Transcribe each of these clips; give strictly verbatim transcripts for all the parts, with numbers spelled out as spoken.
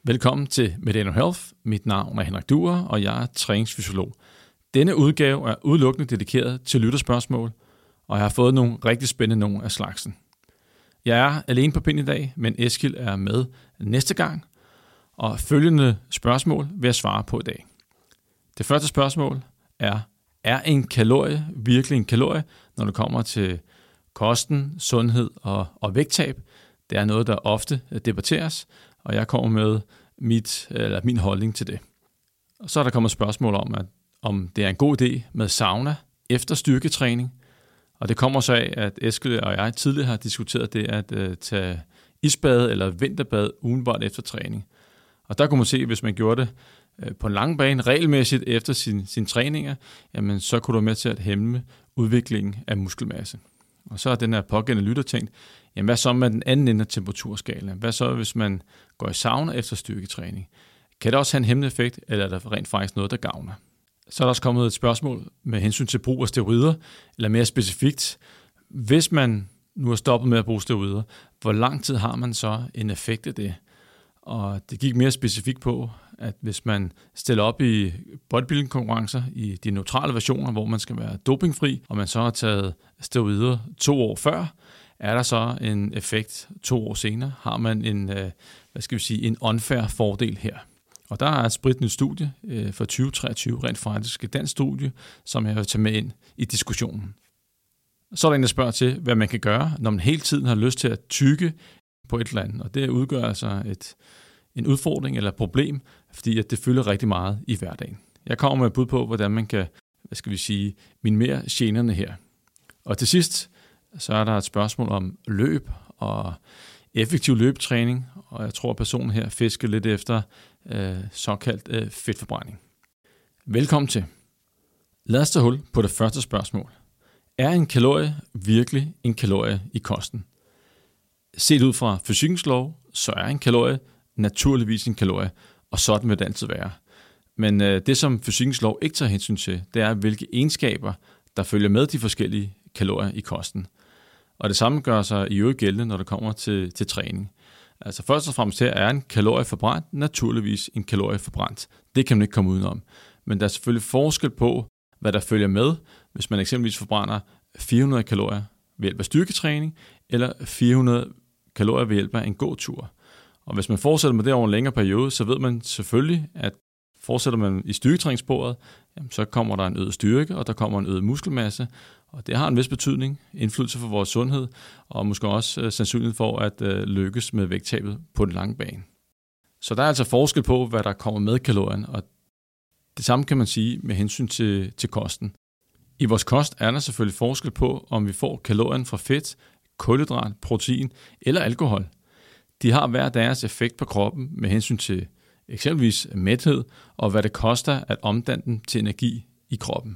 Velkommen til Medano Health. Mit navn er Henrik Duer, og jeg er træningsfysiolog. Denne udgave er udelukkende dedikeret til lytterspørgsmål, og jeg har fået nogle rigtig spændende nogle af slagsen. Jeg er alene på pind i dag, men Eskil er med næste gang, og følgende spørgsmål vil jeg svare på i dag. Det første spørgsmål er, er en kalorie virkelig en kalorie, når det kommer til kosten, sundhed og, og vægttab? Det er noget, der ofte debatteres, og jeg kommer med mit, eller min holdning til det. Og så er der kommet spørgsmål om, at, om det er en god idé med sauna efter styrketræning. Og det kommer så af, at Eskil og jeg tidligere har diskuteret det at uh, tage isbad eller vinterbad umiddelbart efter træning. Og der kunne man se, at hvis man gjorde det uh, på en lang bane regelmæssigt efter sin, sine træninger, jamen, så kunne du være med til at hæmme udviklingen af muskelmasse. Og så er den her pågældende lytter tænkt, jamen hvad så med den anden ende af temperaturskalaen? Hvad så, hvis man går i sauna efter styrketræning? Kan det også have en hæmmende effekt, eller er der rent faktisk noget, der gavner? Så er der også kommet et spørgsmål med hensyn til brug af steroider, eller mere specifikt, hvis man nu er stoppet med at bruge steroider, hvor lang tid har man så en effekt af det? Og det gik mere specifikt på, at hvis man stiller op i bodybuilding-konkurrencer i de neutrale versioner, hvor man skal være dopingfri, og man så har taget steroider to år før, er der så en effekt to år senere? Har man en, hvad skal vi sige, en unfair fordel her? Og der er et spritnyt studie for tyve treogtyve, rent faktisk et dansk studie, som jeg vil tage med ind i diskussionen. Så er der en, der spørger til, hvad man kan gøre, når man hele tiden har lyst til at tygge på et eller andet. Og det udgør altså et, en udfordring eller et problem, fordi at det fylder rigtig meget i hverdagen. Jeg kommer med et bud på, hvordan man kan, hvad skal vi sige, minimere generne her. Og til sidst, så er der et spørgsmål om løb og effektiv løbetræning, og jeg tror, at personen her fisker lidt efter øh, såkaldt øh, fedtforbrænding. Velkommen til. Lad os tage hul på det første spørgsmål. Er en kalorie virkelig en kalorie i kosten? Set ud fra fysikkens lov, så er en kalorie naturligvis en kalorie, og sådan vil det altid være. Men øh, det, som fysikkens lov ikke tager hensyn til, det er, hvilke egenskaber, der følger med de forskellige kalorier i kosten. Og det samme gør sig i øvrigt gældende, når det kommer til, til træning. Altså først og fremmest her er en kalorie forbrændt naturligvis en kalorie forbrændt. Det kan man ikke komme udenom. Men der er selvfølgelig forskel på, hvad der følger med, hvis man eksempelvis forbrænder fire hundrede kalorier ved hjælp af styrketræning, eller fire hundrede kalorier ved hjælp af en gåtur. Og hvis man fortsætter med det over en længere periode, så ved man selvfølgelig, at fortsætter man i styrketræningssporet, jamen, så kommer der en øget styrke, og der kommer en øget muskelmasse, og det har en vis betydning, indflydelse for vores sundhed, og måske også øh, sandsynlighed for at øh, lykkes med vægttabet på den lange bane. Så der er altså forskel på, hvad der kommer med kalorien, og det samme kan man sige med hensyn til, til kosten. I vores kost er der selvfølgelig forskel på, om vi får kalorien fra fedt, kulhydrat, protein eller alkohol. De har hver deres effekt på kroppen med hensyn til eksempelvis mæthed, og hvad det koster at omdanne den til energi i kroppen.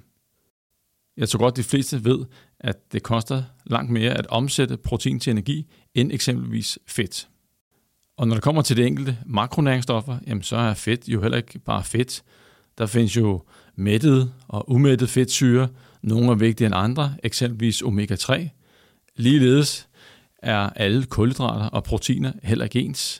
Jeg tror godt, de fleste ved, at det koster langt mere at omsætte protein til energi, end eksempelvis fedt. Og når det kommer til de enkelte makronæringsstoffer, jamen så er fedt jo heller ikke bare fedt. Der findes jo mættede og umættede fedtsyrer, nogle er vigtigere end andre, eksempelvis omega tre. Ligeledes er alle kulhydrater og proteiner heller ikke ens.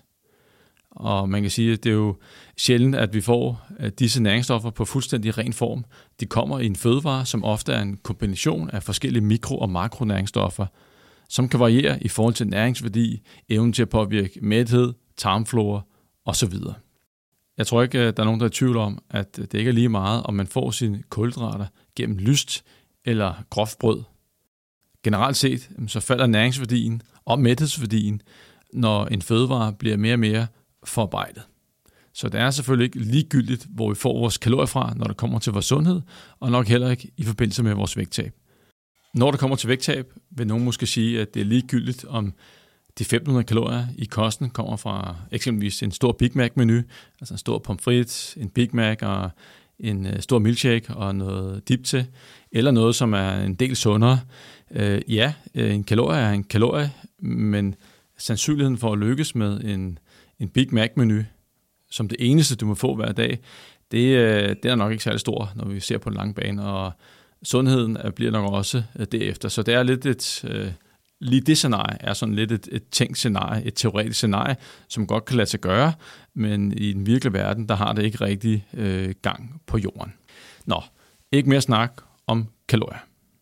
Og man kan sige, at det er jo sjældent, at vi får disse næringsstoffer på fuldstændig ren form. De kommer i en fødevare, som ofte er en kombination af forskellige mikro- og makronæringsstoffer, som kan variere i forhold til næringsværdi, evnen til at påvirke mæthed, tarmflora osv. Jeg tror ikke, der er nogen, der er i tvivl om, at det ikke er lige meget, om man får sine kulhydrater gennem lyst eller groft brød. Generelt set, så falder næringsværdien og mæthedsværdien, når en fødevare bliver mere og mere forarbejdet. Så det er selvfølgelig ikke ligegyldigt, hvor vi får vores kalorier fra, når det kommer til vores sundhed, og nok heller ikke i forbindelse med vores vægttab. Når det kommer til vægttab, vil nogen måske sige, at det er ligegyldigt, om de fem hundrede kalorier i kosten kommer fra eksempelvis en stor Big Mac-menu, altså en stor pomfrit, en Big Mac og en stor milkshake og noget dip til, eller noget, som er en del sundere. Øh, ja, en kalorie er en kalorie, men sandsynligheden for at lykkes med en, en Big Mac-menu, som det eneste, du må få hver dag, det, det er nok ikke særlig stor, når vi ser på en lang bane, og sundheden bliver nok også derefter. Så det er lidt et, lige det scenarie er sådan lidt et, et tænkt scenarie, et teoretisk scenarie, som godt kan lade sig gøre, men i den virkelige verden, der har det ikke rigtig øh, gang på jorden. Nå, ikke mere snak om kalorier.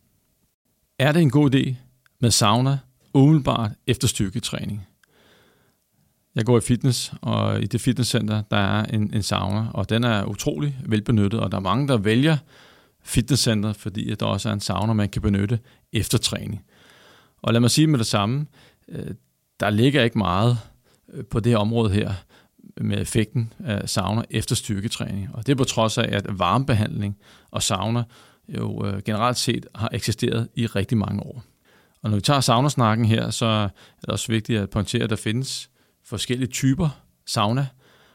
Er det en god idé med sauna umiddelbart efter styrketræning? Jeg går i fitness, og i det fitnesscenter, der er en, en sauna, og den er utrolig velbenyttet, og der er mange, der vælger fitnesscenter, fordi der også er en sauna, man kan benytte efter træning. Og lad mig sige med det samme, der ligger ikke meget på det her område her med effekten af sauna efter styrketræning. Og det er på trods af, at varmebehandling og sauna jo generelt set har eksisteret i rigtig mange år. Og når vi tager saunasnakken her, så er det også vigtigt at pointere, at der findes forskellige typer sauna.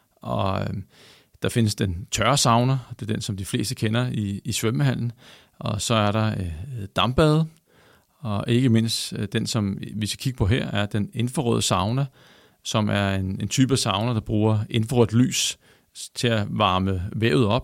Og der findes den tørre sauna, det er den, som de fleste kender i, i svømmehallen. Og så er der øh, dampbade, og ikke mindst øh, den, som vi skal kigge på her, er den infrarøde sauna, som er en, en type sauna, der bruger infrarødt lys til at varme vævet op.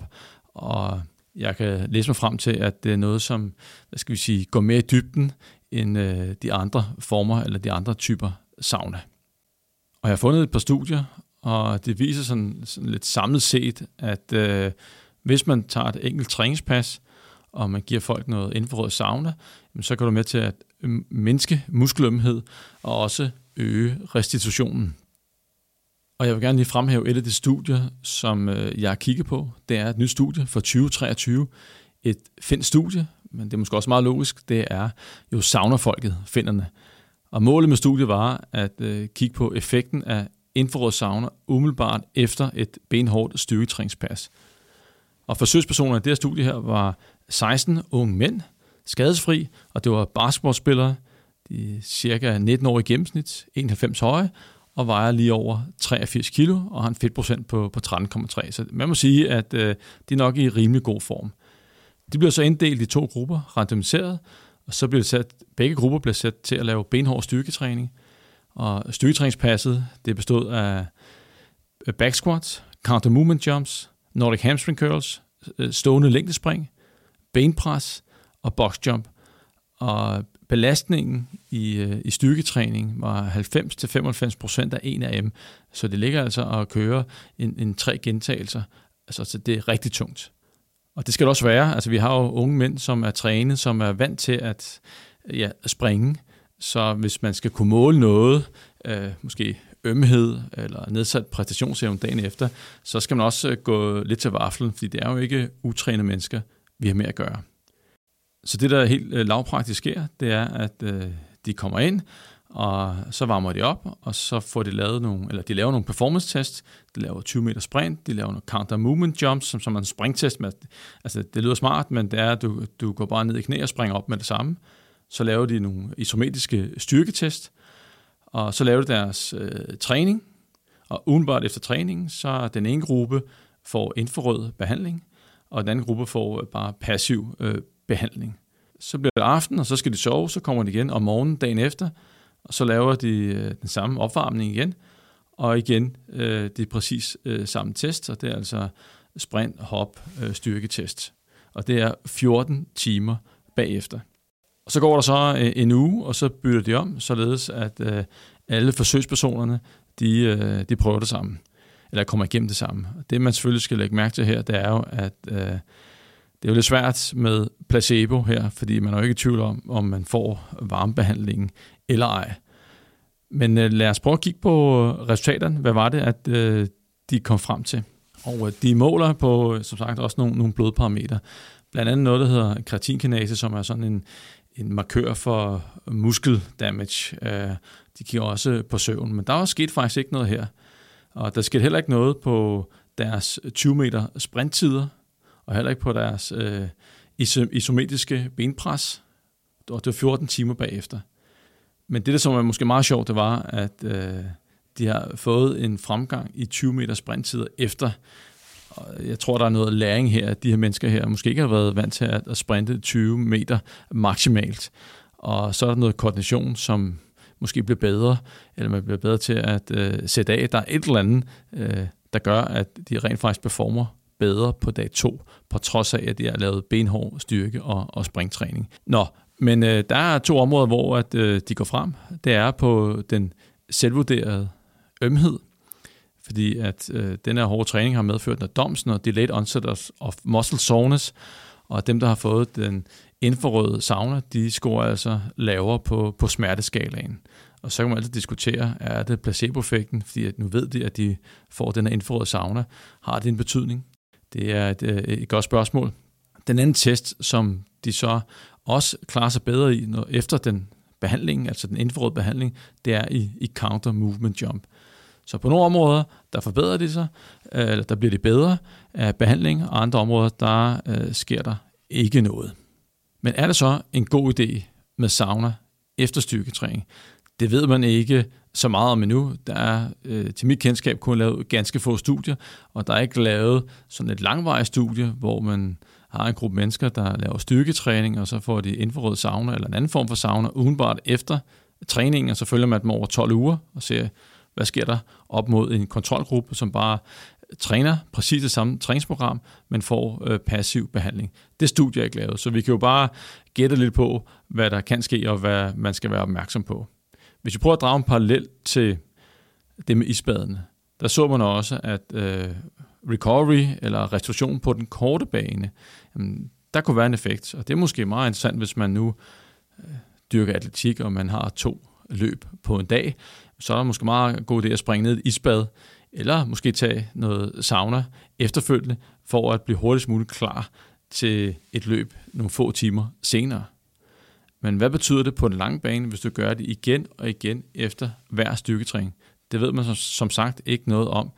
Og jeg kan læse mig frem til, at det er noget, som hvad skal vi sige, går mere i dybden end øh, de andre former eller de andre typer sauna. Og jeg har fundet et par studier, og det viser sådan, sådan lidt samlet set, at øh, hvis man tager et enkelt træningspas, og man giver folk noget infrarød sauna, så går du med til at mindske muskelømhed og også øge restitutionen. Og jeg vil gerne lige fremhæve et af de studier, som øh, jeg har kigget på. Det er et nyt studie fra tyve treogtyve. Et finsk studie, men det er måske også meget logisk. Det er jo saunafolket, finnerne. Og målet med studiet var at øh, kigge på effekten af infrarød sauna umiddelbart efter et benhårdt styrketræningspas. Og forsøgspersonerne i det her studie her var seksten unge mænd, skadesfri, og det var basketballspillere, de er cirka nitten år i gennemsnit, enoghalvfems høje, og vejer lige over treogfirs kilo, og har en fedtprocent på, på tretten komma tre. Så man må sige, at øh, de er nok i rimelig god form. De bliver så inddelt i to grupper, randomiseret, og så bliver det sat, begge grupper bliver sat til at lave benhård styrketræning. Og styrketræningspasset, det bestod af back squats, counter movement jumps, Nordic hamstring curls, stående længdespring, benpres og box jump. Og belastningen i, i styrketræning var halvfems til femoghalvfems procent af en af dem. Så det ligger altså at køre en, en tre gentagelser. Altså, så det er rigtig tungt. Og det skal det også være. Altså, vi har jo unge mænd, som er trænet, som er vant til at ja, springe. Så hvis man skal kunne måle noget, øh, måske ømhed eller nedsat præstationsevne dagen efter, så skal man også gå lidt til vaflen, fordi det er jo ikke utrænede mennesker, vi har med at gøre. Så det, der helt øh, lavpraktisk sker, det er, at øh, de kommer ind, og så varmer de op, og så får de lavet nogle, eller de laver nogle performance-test. De laver tyve meter sprint, de laver nogle counter movement jumps, som, som er en springtest. Med, altså, det lyder smart, men det er, at du, du går bare ned i knæ og springer op med det samme. Så laver de nogle isometriske styrketest, og så laver de deres øh, træning, og umiddelbart efter træningen, så den ene gruppe får infrarød behandling, og den anden gruppe får øh, bare passiv øh, behandling. Så bliver det aften, og så skal de sove, så kommer de igen om morgenen dagen efter, og så laver de øh, den samme opvarmning igen, og igen øh, det er præcis øh, samme test, og det er altså sprint, hop, øh, styrketest. Og det er fjorten timer bagefter. Og så går der så øh, en uge, og så bytter de om, således at øh, alle forsøgspersonerne, de, øh, de prøver det samme, eller kommer igennem det samme. Det man selvfølgelig skal lægge mærke til her, det er jo, at øh, det er jo lidt svært med placebo her, fordi man er jo ikke i tvivl om, om man får varmebehandlingen eller ej. Men øh, lad os prøve at kigge på resultaterne. Hvad var det, at øh, de kom frem til? Og øh, de måler på, som sagt, også nogle, nogle blodparametre. Blandt andet noget, der hedder kreatinkinase, som er sådan en, en markør for muskeldamage. Øh, de kigger også på søvn, men der er sket faktisk ikke noget her. Og der skete heller ikke noget på deres tyve meter sprinttider, og heller ikke på deres øh, isometriske benpres. Det var fjorten timer bagefter. Men det, der som er måske meget sjovt, det var, at øh, de har fået en fremgang i tyve meter sprinttider efter. Og jeg tror, der er noget læring her, at de her mennesker her måske ikke har været vant til at, at sprinte tyve meter maksimalt. Og så er der noget koordination, som måske bliver bedre, eller man bliver bedre til at øh, sætte af. Der er et eller andet, øh, der gør, at de rent faktisk performer bedre på dag to, på trods af, at de har lavet benhård styrke og, og springtræning. Nå, Men øh, der er to områder, hvor at, øh, de går frem. Det er på den selvvurderede ømhed, fordi at øh, den her hårde træning har medført noget domsen og delayed onset of muscle soreness, og dem, der har fået den infrarøde sauna, de scorer altså lavere på, på smerteskalaen. Og så kan man altid diskutere, er det placebo-effekten, fordi at nu ved de, at de får den her infrarøde sauna. Har det en betydning? Det er et, et godt spørgsmål. Den anden test, som de så også klarer sig bedre i når, efter den behandling, altså den infrarøde behandling, det er i, i counter movement jump. Så på nogle områder, der forbedrer de sig, eller der bliver de bedre af behandling, og andre områder, der øh, sker der ikke noget. Men er det så en god idé med sauna efter styrketræning? Det ved man ikke så meget om endnu. Der er øh, til mit kendskab kun lavet ganske få studier, og der er ikke lavet sådan et langvarigt studie, hvor man har en gruppe mennesker, der laver styrketræning, og så får de infrarød sauna eller en anden form for sauna udenbart efter træningen, og så følger man dem over tolv uger og ser, hvad sker der op mod en kontrolgruppe, som bare træner præcis det samme træningsprogram, men får øh, passiv behandling. Det studie er ikke lavet, så vi kan jo bare gætte lidt på, hvad der kan ske, og hvad man skal være opmærksom på. Hvis vi prøver at drage en parallel til det med isbadene, der så man også, at øh, recovery eller restitution på den korte bane, jamen, der kunne være en effekt, og det er måske meget interessant, hvis man nu øh, dyrker atletik, og man har to løb på en dag, så er der måske meget god idé at springe ned i et isbad, eller måske tage noget sauna efterfølgende, for at blive hurtigst muligt klar til et løb nogle få timer senere. Men hvad betyder det på den lange bane, hvis du gør det igen og igen efter hver styrketræning? Det ved man som, som sagt ikke noget om.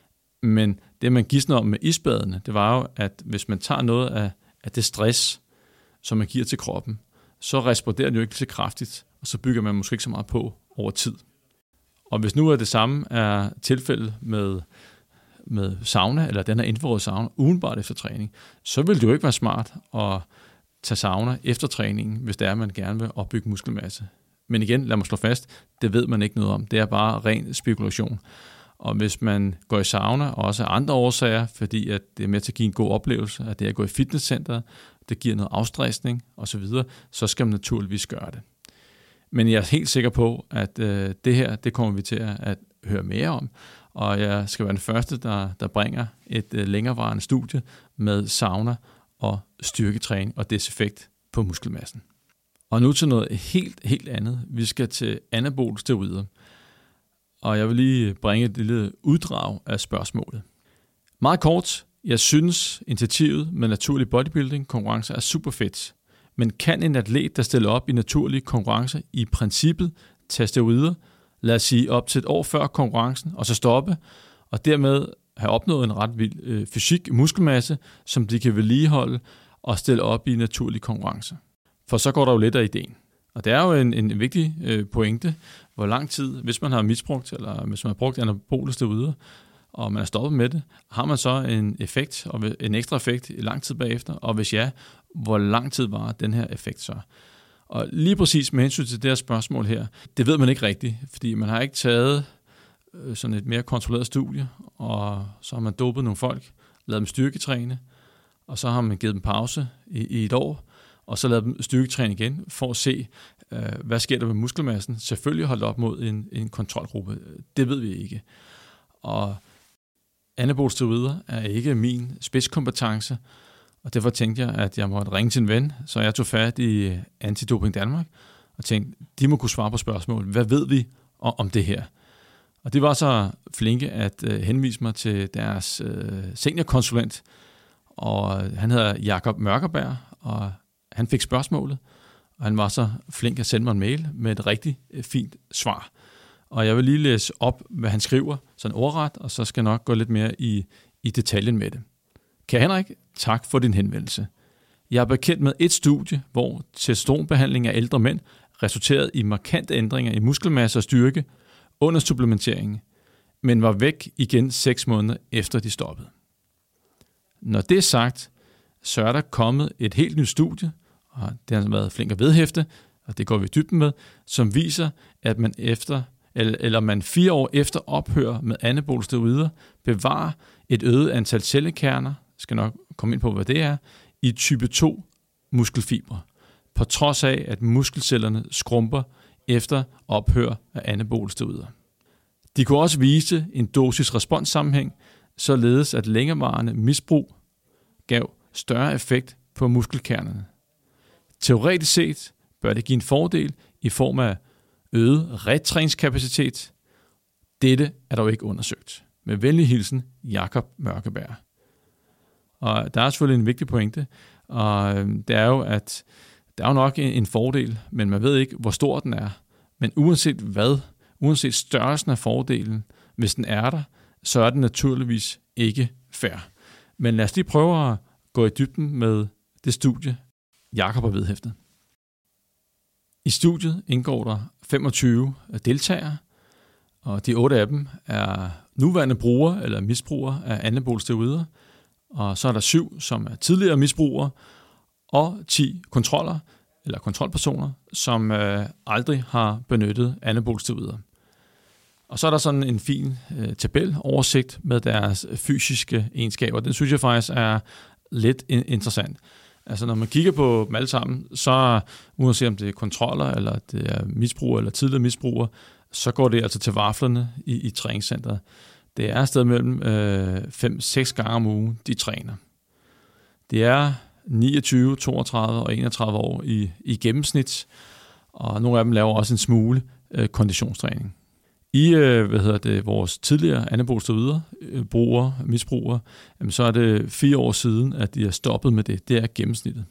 Men det, man gidsner om med isbadene, det var jo, at hvis man tager noget af, af det stress, som man giver til kroppen, så responderer den jo ikke så kraftigt, og så bygger man måske ikke så meget på over tid. Og hvis nu er det samme er tilfældet med, med sauna, eller den her infrarøde sauna, udenbart efter træning, så vil det jo ikke være smart at tage sauna efter træningen, hvis det er, at man gerne vil opbygge muskelmasse. Men igen, lad mig slå fast, det ved man ikke noget om. Det er bare ren spekulation. Og hvis man går i sauna, og også af andre årsager, fordi at det er med til at give en god oplevelse, at det er at gå i fitnesscenteret, det giver noget afstressning osv., så skal man naturligvis gøre det. Men jeg er helt sikker på, at øh, det her, det kommer vi til at, at høre mere om, og jeg skal være den første, der, der bringer et øh, længerevarende studie med sauna og styrketræning og dets effekt på muskelmassen. Og nu til noget helt, helt andet. Vi skal til anabole steroider. Og jeg vil lige bringe et lille uddrag af spørgsmålet. Meget kort, jeg synes initiativet med naturlig bodybuilding konkurrence er super fedt. Men kan en atlet, der stiller op i naturlige konkurrencer, i princippet tage steroider, lad os sige op til et år før konkurrencen, og så stoppe, og dermed have opnået en ret vild øh, fysik, muskelmasse, som de kan vedligeholde og stille op i naturlige konkurrencer. For så går der jo lidt af ideen. Og det er jo en, en vigtig øh, pointe, hvor lang tid, hvis man har misbrugt, eller hvis man har brugt anabole steroider, og man er stoppet med det, har man så en effekt, og en ekstra effekt i lang tid bagefter, og hvis ja, hvor lang tid var den her effekt så? Og lige præcis med hensyn til det her spørgsmål her, det ved man ikke rigtigt, fordi man har ikke taget øh, sådan et mere kontrolleret studie, og så har man dopet nogle folk, lavet dem styrketræne, og så har man givet dem pause i, i et år, og så lavet dem styrketræne igen, for at se, øh, hvad sker der med muskelmassen. Selvfølgelig holdt op mod en, en kontrolgruppe, det ved vi ikke. Og anabole steroider er ikke min spidskompetence, og derfor tænkte jeg, at jeg måtte ringe til en ven, så jeg tog fat i Antidoping Danmark, og tænkte, de må kunne svare på spørgsmål. Hvad ved vi om det her? Og de var så flinke at øh, henvise mig til deres øh, seniorkonsulent, og han hedder Jakob Mørkerberg, og han fik spørgsmålet, og han var så flink at sende mig en mail med et rigtig øh, fint svar. Og jeg vil lige læse op, hvad han skriver, sådan ordret, og så skal jeg nok gå lidt mere i, i detaljen med det. Kære Henrik, tak for din henvendelse. Jeg er bekendt med et studie, hvor testosteronbehandling af ældre mænd resulterede i markante ændringer i muskelmasse og styrke under supplementeringen, men var væk igen seks måneder efter de stoppede. Når det er sagt, så er der kommet et helt nyt studie, og det har været flink at vedhæfte, og det går vi i dybden med, som viser, at man efter eller, eller man fire år efter ophør med anabole steroider bevarer et øget antal cellekerner, skal nok komme ind på, hvad det er, i type to muskelfibre på trods af, at muskelcellerne skrumper efter ophør af anabole steroider. De kunne også vise en dosis-respons-sammenhæng, således at længerevarende misbrug gav større effekt på muskelkernerne. Teoretisk set bør det give en fordel i form af øget retræningskapacitet. Dette er dog ikke undersøgt. Med venlig hilsen, Jakob Mørkeberg. Og der er selvfølgelig en vigtig pointe, og det er jo, at der er jo nok en fordel, men man ved ikke, hvor stor den er. Men uanset hvad, uanset størrelsen af fordelen, hvis den er der, så er den naturligvis ikke fair. Men lad os lige prøve at gå i dybden med det studie, Jakob har vedhæftet. I studiet indgår der femogtyve deltagere, og de otte af dem er nuværende brugere eller misbrugere af anabole steroider, og så er der syv, som er tidligere misbrugere, og ti kontroller eller kontrolpersoner, som øh, aldrig har benyttet anabole steroider. Og så er der sådan en fin øh, tabel, oversigt med deres fysiske egenskaber. Den synes jeg faktisk er lidt interessant. Altså når man kigger på dem alle sammen, så uanset om det er kontroller, eller det er misbrugere, eller tidligere misbrugere, så går det altså til vaflerne i, i træningscenteret. Det er et sted mellem fem til seks gange om ugen, de træner. Det er niogtyve, toogtredive og enogtredive år i, i gennemsnit, og nogle af dem laver også en smule øh, konditionstræning. I øh, hvad hedder det, vores tidligere anabole steroider, øh, brugere, misbrugere, jamen, så er det fire år siden, at de er stoppet med det. Det er gennemsnittet.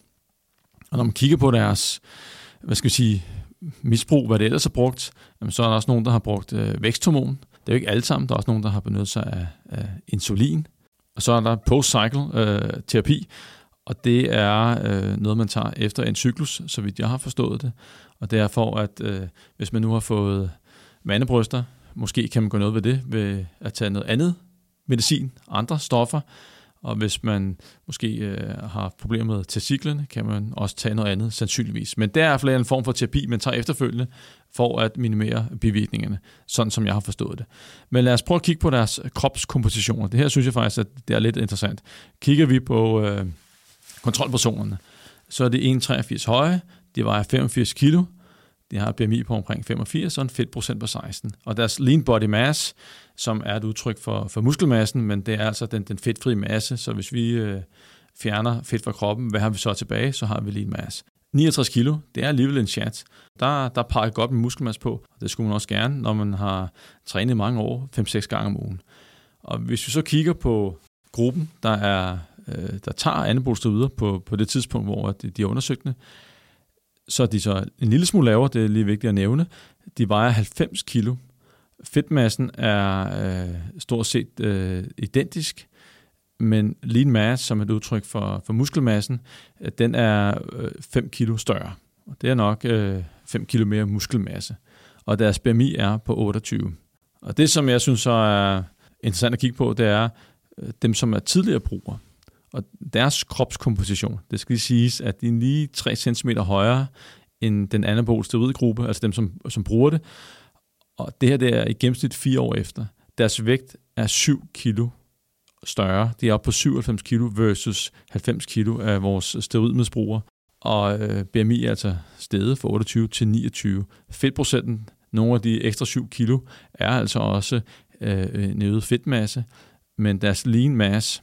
Og når man kigger på deres, hvad skal vi sige, misbrug, hvad det ellers er brugt, jamen, så er der også nogen, der har brugt øh, væksthormon. Det er jo ikke alle sammen. Der er også nogen, der har benyttet sig af, af insulin. Og så er der post-cycle øh, terapi, og det er øh, noget, man tager efter en cyklus, så vidt jeg har forstået det. Og det er for, at øh, hvis man nu har fået mandebryster, måske kan man gøre noget ved det, ved at tage noget andet medicin, andre stoffer. Og hvis man måske øh, har problemer med testiklerne, kan man også tage noget andet, sandsynligvis. Men det er i hvert fald en form for terapi, man tager efterfølgende for at minimere bivirkningerne, sådan som jeg har forstået det. Men lad os prøve at kigge på deres kropskompositioner. Det her synes jeg faktisk, at det er lidt interessant. Kigger vi på øh, kontrolpersonerne, så er det en komma treogfirs høje, de vejer femogfirs kilo, de har et B M I på omkring femogfirs og en fedtprocent på seksten. Og deres lean body mass, som er et udtryk for, for muskelmassen, men det er altså den, den fedtfrie masse, så hvis vi øh, fjerner fedt fra kroppen, hvad har vi så tilbage? Så har vi lean mass. niogtres kilo, det er alligevel en chat. Der, der pakker godt med muskelmasse på, og det skulle man også gerne, når man har trænet i mange år, fem til seks gange om ugen. Og hvis vi så kigger på gruppen, der, er, øh, der tager anabole steroider på, på det tidspunkt, hvor de, de er undersøgende, så er de så en lille smule lavere, det er lige vigtigt at nævne. De vejer halvfems kilo. Fedtmassen er øh, stort set øh, identisk, men lean mass, som er et udtryk for, for muskelmassen, øh, den er øh, fem kilo større. Og det er nok øh, fem kilo mere muskelmasse. Og deres B M I er på otteogtyve. Og det, som jeg synes så er interessant at kigge på, det er øh, dem, som er tidligere brugere. Og deres kropskomposition, det skal lige siges, at de er lige tre centimeter højere end den anabole steroidgruppe, altså dem, som, som bruger det. Og det her det er i gennemsnit fire år efter. Deres vægt er syv kilo større. De er oppe på syvoghalvfems kilo versus halvfems kilo af vores steroidmisbrugere. Og øh, B M I er altså steget fra otteogtyve til niogtyve. Fedtprocenten, nogle af de ekstra syv kilo, er altså også øh, en øget fedtmasse, men deres lean mass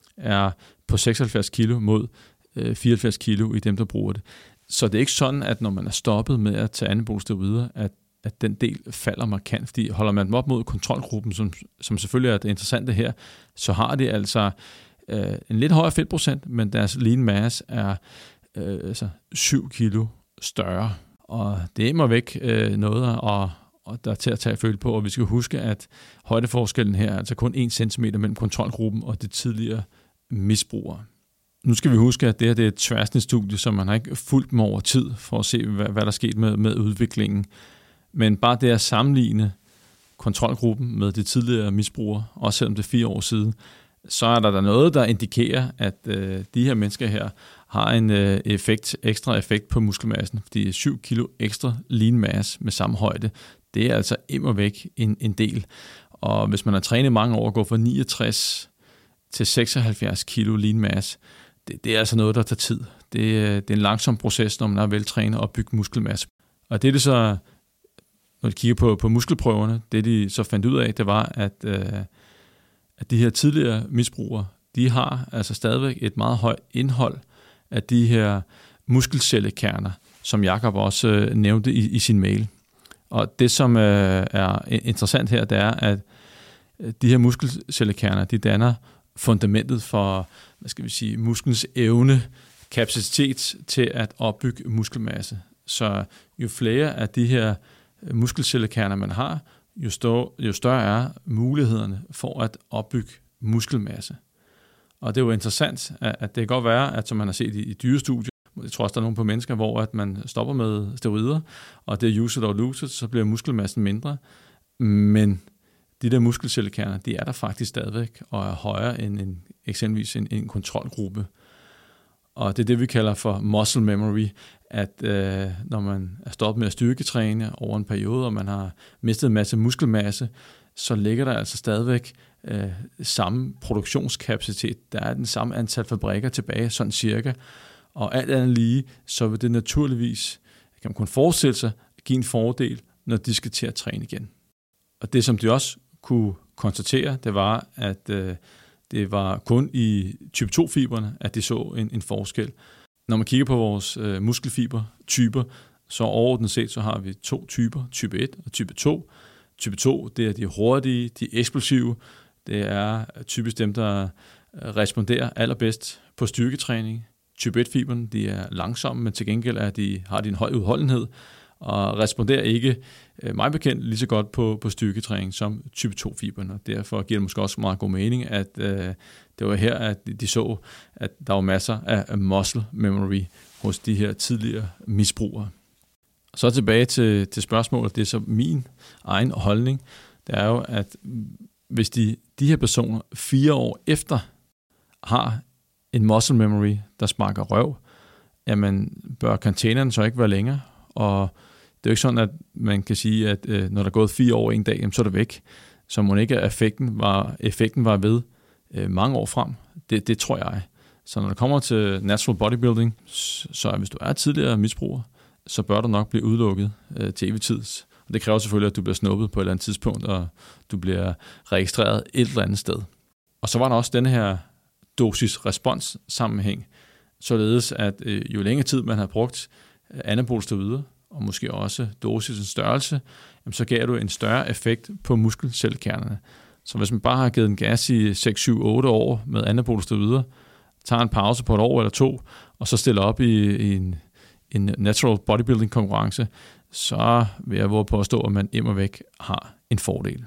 er på seksoghalvfjerds kilo mod øh, fireoghalvfjerds kilo i dem, der bruger det. Så det er ikke sådan, at når man er stoppet med at tage anabole steroider, at, at den del falder markant, fordi holder man dem op mod kontrolgruppen, som, som selvfølgelig er det interessante her, så har de altså øh, en lidt højere fedtprocent, men deres lean mass er øh, altså syv kilo større. Og det er mig væk øh, noget, og, og der er til at tage følge på, og vi skal huske, at højdeforskellen her er altså kun en centimeter mellem kontrolgruppen og det tidligere misbrugere. Nu skal vi huske, at det her det er et tværsnitsstudie, så man har ikke fulgt dem over tid for at se, hvad, hvad der er sket med, med udviklingen. Men bare det at sammenligne kontrolgruppen med de tidligere misbrugere, også selvom det er fire år siden, så er der, der noget, der indikerer, at øh, de her mennesker her har en øh, effekt, ekstra effekt på muskelmassen, fordi syv kilo ekstra lean mass med samme højde, det er altså immervæk en, en del. Og hvis man har trænet mange år og går fra niogtres til seksoghalvfjerds kilo lean mass, det, det er altså noget, der tager tid. det, det er en langsom proces, når man er veltrænet og bygger muskelmasse. Og det, det så, når de kigger på, på muskelprøverne, det de så fandt ud af, det var, at, øh, at de her tidligere misbrugere, de har altså stadigvæk et meget højt indhold af de her muskelcellekerner, som Jakob også øh, nævnte i, i sin mail. Og det, som øh, er interessant her, det er, at de her muskelcellekerner, de danner fundamentet for, hvad skal vi sige, musklens evne, kapacitet til at opbygge muskelmasse. Så jo flere af de her muskelcellekerner, man har, jo større, jo større er mulighederne for at opbygge muskelmasse. Og det er jo interessant, at det kan godt være, at som man har set i, i dyrestudier, jeg tror også, der er nogen på mennesker, hvor at man stopper med steroider, og det er use it or lose it, så bliver muskelmassen mindre. Men de der muskelcellekerner, de er der faktisk stadigvæk, og er højere end en, eksempelvis en, en kontrolgruppe. Og det er det, vi kalder for muscle memory, at øh, når man er stoppet med at styrketræne over en periode, og man har mistet en masse muskelmasse, så ligger der altså stadigvæk øh, samme produktionskapacitet. Der er den samme antal fabrikker tilbage, sådan cirka. Og alt andet lige, så vil det naturligvis, kan man kun forestille sig, give en fordel, når de skal til at træne igen. Og det, som de også kunne konstatere, det var, at øh, det var kun i type to-fiberne, at de så en, en forskel. Når man kigger på vores øh, muskelfibertyper, så overordnet set, så har vi to typer, type et og type to. Type to, det er de hurtige, de eksplosive. Det er typisk dem, der responderer allerbedst på styrketræning. Type et-fiberne, de er langsomme, men til gengæld er de, har de en høj udholdenhed, og responderer ikke, meget bekendt, lige så godt på, på styrketræning som type to-fiberne. Derfor giver det måske også meget god mening, at øh, det var her, at de så, at der var masser af muscle memory hos de her tidligere misbrugere. Så tilbage til, til spørgsmålet, det er så min egen holdning, det er jo, at hvis de, de her personer fire år efter har en muscle memory, der smager røv, jamen bør containeren så ikke være længere, og det er jo ikke sådan, at man kan sige, at øh, når der er gået fire år en dag, jamen, så er det væk. Så må ikke, at effekten var, effekten var ved øh, mange år frem. Det, det tror jeg. Så når det kommer til natural bodybuilding, så hvis du er tidligere misbruger, så bør du nok blive udelukket øh, til evig tid. Og det kræver selvfølgelig, at du bliver snuppet på et eller andet tidspunkt, og du bliver registreret et eller andet sted. Og så var der også denne her dosis-respons-sammenhæng, således at øh, jo længere tid man har brugt anabole steroider, og måske også dosisens størrelse, jamen så gav du en større effekt på muskelcellekernerne. Så hvis man bare har givet en gas i seks, syv, otte år med anabole steroider, tager en pause på et år eller to, og så stiller op i, i en, en natural bodybuilding konkurrence, så vil jeg våge på at stå, at man immer væk har en fordel.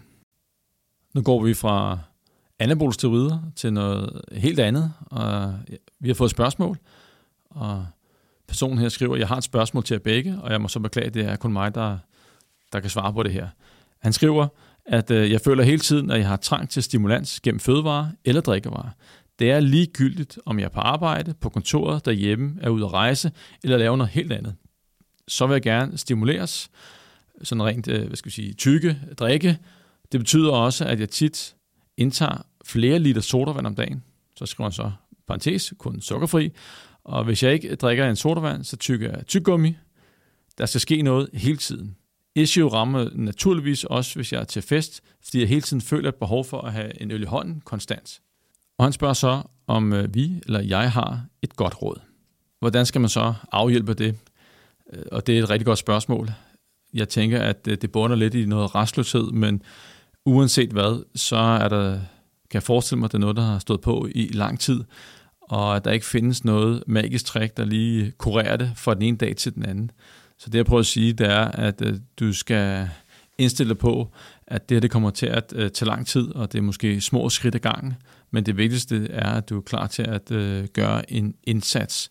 Nu går vi fra anabole steroider til noget helt andet, og vi har fået spørgsmål, og personen her skriver, jeg har et spørgsmål til jer begge, og jeg må så beklage, det er kun mig, der, der kan svare på det her. Han skriver, at øh, jeg føler hele tiden, at jeg har trang til stimulans gennem fødevarer eller drikkevarer. Det er ligegyldigt, om jeg er på arbejde, på kontoret, derhjemme, er ude at rejse eller lave noget helt andet. Så vil jeg gerne stimuleres, sådan rent, øh, hvad skal vi sige, tykke, drikke. Det betyder også, at jeg tit indtager flere liter sodavand om dagen. Så skriver han så, parentes, kun sukkerfri. Og hvis jeg ikke drikker en sodavand, så tykker jeg tyggegummi. Der skal ske noget hele tiden. Issue rammer naturligvis også, hvis jeg er til fest, fordi jeg hele tiden føler et behov for at have en øl i hånden konstant. Og han spørger så, om vi eller jeg har et godt råd. Hvordan skal man så afhjælpe det? Og det er et rigtig godt spørgsmål. Jeg tænker, at det bunder lidt i noget rastløshed, men uanset hvad, så er der, kan jeg forestille mig, at det er noget, der har stået på i lang tid, og at der ikke findes noget magisk trick, der lige kurerer det fra den ene dag til den anden. Så det jeg prøver at sige, det er, at øh, du skal indstille dig på, at det her det kommer til at øh, tage lang tid, og det er måske små skridt ad gangen, men det vigtigste er, at du er klar til at øh, gøre en indsats.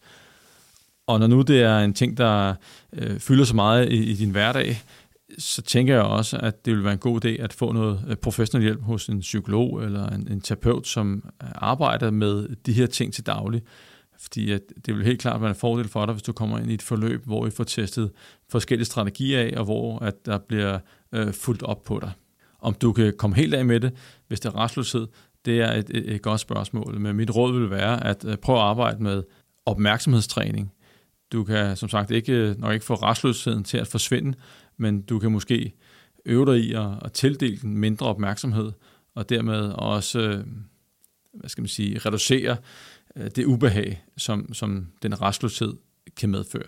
Og når nu det er en ting, der øh, fylder så meget i, i din hverdag, så tænker jeg også, at det vil være en god idé at få noget professionel hjælp hos en psykolog eller en, en terapeut, som arbejder med de her ting til daglig. Fordi at det vil helt klart være en fordel for dig, hvis du kommer ind i et forløb, hvor I får testet forskellige strategier af, og hvor at der bliver øh, fulgt op på dig. Om du kan komme helt af med det, hvis det er rastløshed, det er et, et, et godt spørgsmål. Men mit råd vil være at prøve at arbejde med opmærksomhedstræning. Du kan som sagt ikke, nok ikke få restløsheden til at forsvinde, men du kan måske øve dig i at, at tildele den mindre opmærksomhed, og dermed også øh, hvad skal man sige, reducere øh, det ubehag, som, som den restløshed kan medføre.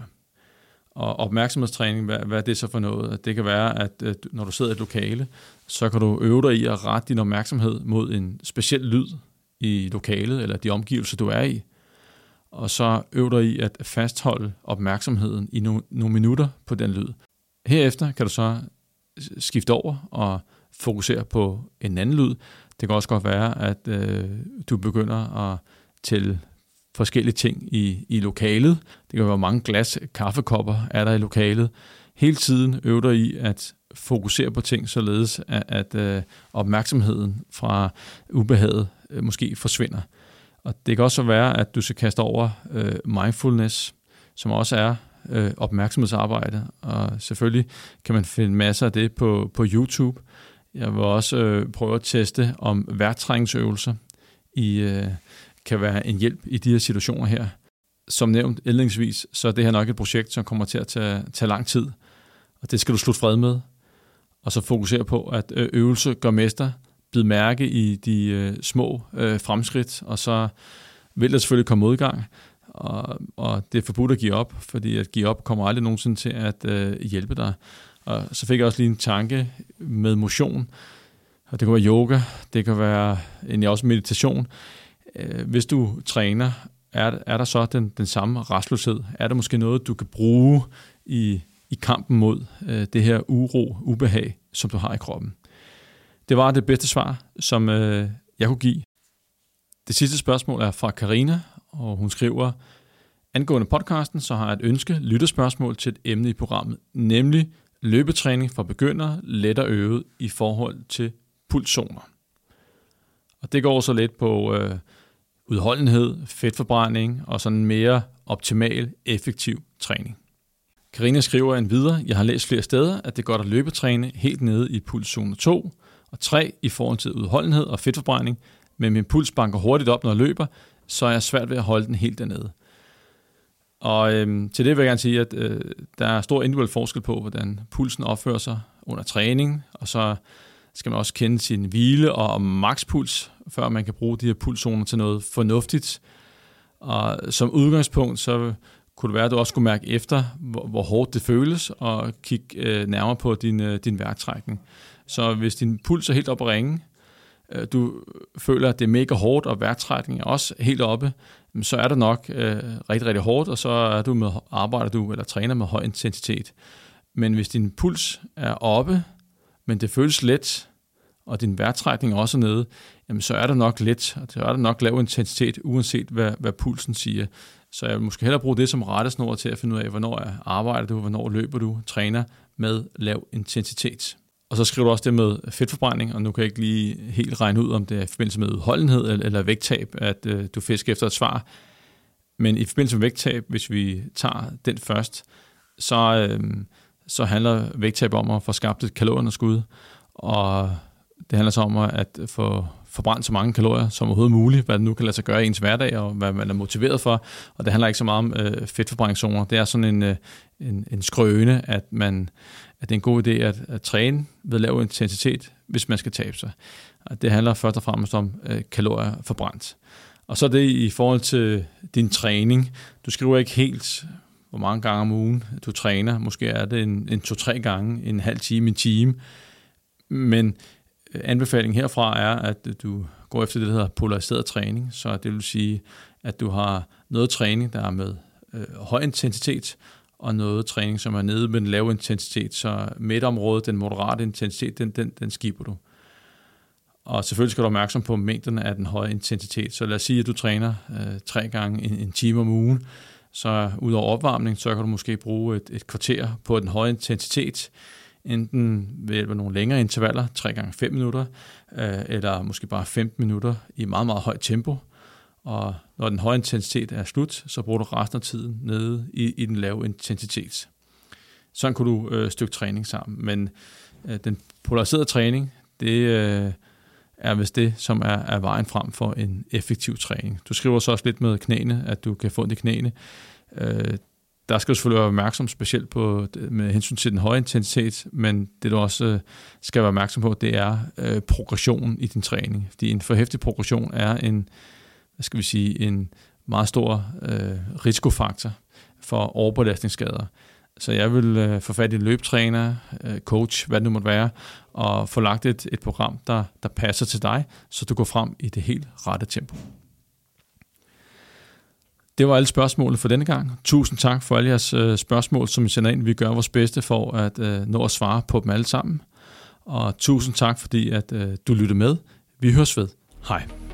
Og opmærksomhedstræning, hvad, hvad er det så for noget? Det kan være, at øh, når du sidder i et lokale, så kan du øve dig i at rette din opmærksomhed mod en speciel lyd i lokalet, eller de omgivelser, du er i. Og så øv dig i at fastholde opmærksomheden i no, nogle minutter på den lyd. Herefter kan du så skifte over og fokusere på en anden lyd. Det kan også godt være, at øh, du begynder at tælle forskellige ting i, i lokalet. Det kan være, hvor mange glas kaffekopper er der i lokalet. Hele tiden øv dig i at fokusere på ting, således at, at øh, opmærksomheden fra ubehaget øh, måske forsvinder. Og det kan også være, at du skal kaste over øh, mindfulness, som også er øh, opmærksomhedsarbejde. Og selvfølgelig kan man finde masser af det på, på YouTube. Jeg vil også øh, prøve at teste, om vejrtrækningsøvelser i, øh, kan være en hjælp i de her situationer her. Som nævnt indledningsvis, så er det her nok et projekt, som kommer til at tage, tage lang tid. Og det skal du slutte fred med. Og så fokusere på, at øvelse gør mester. Bid mærke i de øh, små øh, fremskridt, og så vil der selvfølgelig komme modgang. Og, og det er forbudt at give op, fordi at give op kommer aldrig nogensinde til at øh, hjælpe dig. Og så fik jeg også lige en tanke med motion. Og det kan være yoga, det kan være egentlig også meditation. Hvis du træner, er, er der så den, den samme restløshed? Er der måske noget, du kan bruge i, i kampen mod øh, det her uro, ubehag, som du har i kroppen? Det var det bedste svar, som øh, jeg kunne give. Det sidste spørgsmål er fra Karina, og hun skriver: angående podcasten, så har jeg et ønske, lytterspørgsmål til et emne i programmet, nemlig løbetræning for begyndere, let og øvet i forhold til pulszoner. Og det går så lidt på øh, udholdenhed, fedtforbrænding og sådan mere optimal, effektiv træning. Karina skriver endvidere: jeg har læst flere steder, at det er godt at løbetræne helt nede i pulszone to og tre i forhold til udholdenhed og fedtforbrænding, men min puls banker hurtigt op, når jeg løber, så er jeg svært ved at holde den helt dernede. Og øhm, til det vil jeg gerne sige, at øh, der er stor individuel forskel på, hvordan pulsen opfører sig under træning, og så skal man også kende sin hvile og makspuls, før man kan bruge de her pulszoner til noget fornuftigt. Og som udgangspunkt, så kunne det være, at du også skulle mærke efter, hvor, hvor hårdt det føles, og kigge øh, nærmere på din, øh, din vejrtrækning. Så hvis din puls er helt oppe at ringe, øh, du føler, at det er mega hårdt, og vejrtrækningen er også helt oppe, så er det nok øh, rigtig, rigtig hårdt, og så er du med, arbejder du eller træner med høj intensitet. Men hvis din puls er oppe, men det føles let, og din vejrtrækning også er nede, jamen så er det nok let, og så er det nok lav intensitet, uanset hvad, hvad pulsen siger. Så jeg vil måske hellere bruge det som rettesnor til at finde ud af, hvornår arbejder du, hvornår løber du, træner med lav intensitet. Og så skriver du også det med fedtforbrænding, og nu kan jeg ikke lige helt regne ud, om det er i forbindelse med udholdenhed eller vægttab, at øh, du fisker efter et svar. Men i forbindelse med vægttab, hvis vi tager den først, så, øh, så handler vægttab om at få skabt et kalorieunderskud, og det handler så om at få forbrændt så mange kalorier som overhovedet muligt, hvad det nu kan lade sig gøre i ens hverdag, og hvad man er motiveret for. Og det handler ikke så meget om øh, fedtforbrændingszoner. Det er sådan en, øh, en, en skrøne, at, man, at det er en god idé at, at træne ved lav intensitet, hvis man skal tabe sig. Og det handler først og fremmest om øh, kalorier forbrændt. Og så er det i forhold til din træning. Du skriver ikke helt, hvor mange gange om ugen du træner. Måske er det en, en to-tre gange, en halv time, en time. Men anbefalingen herfra er, at du går efter det, der hedder polariseret træning. Så det vil sige, at du har noget træning, der er med øh, høj intensitet, og noget træning, som er nede med den lave intensitet. Så midtområdet, den moderate intensitet, den, den, den skipper du. Og selvfølgelig skal du være opmærksom på mængden af den høje intensitet. Så lad os sige, at du træner øh, tre gange en, en time om ugen. Så ud over opvarmning, så kan du måske bruge et, et kvarter på den høje intensitet, enten ved hjælp af nogle længere intervaller, tre gange fem minutter, øh, eller måske bare femten minutter i meget, meget højt tempo. Og når den høje intensitet er slut, så bruger du resten af tiden nede i, i den lave intensitet. Sådan kunne du øh, stykke træning sammen. Men øh, den polariserede træning, det, øh, er vist det, som er, er vejen frem for en effektiv træning. Du skriver så også lidt med knæene, at du kan få ondt i knæene. Øh, der skal du selvfølgelig være opmærksom specielt på med hensyn til den høje intensitet, men det du også øh, skal være opmærksom på, det er øh, progressionen i din træning. Fordi en for heftig progression er en, hvad skal vi sige, en meget stor øh, risikofaktor for overbelastningsskader. Så jeg vil øh, få fat i en løbetræner, øh, coach, hvad det nu måtte være, og få lagt et, et program, der, der passer til dig, så du går frem i det helt rette tempo. Det var alle spørgsmålene for denne gang. Tusind tak for alle jeres øh, spørgsmål, som I sender ind. Vi gør vores bedste for at øh, nå at svare på dem alle sammen. Og tusind tak, fordi at, øh, du lyttede med. Vi høres ved. Hej.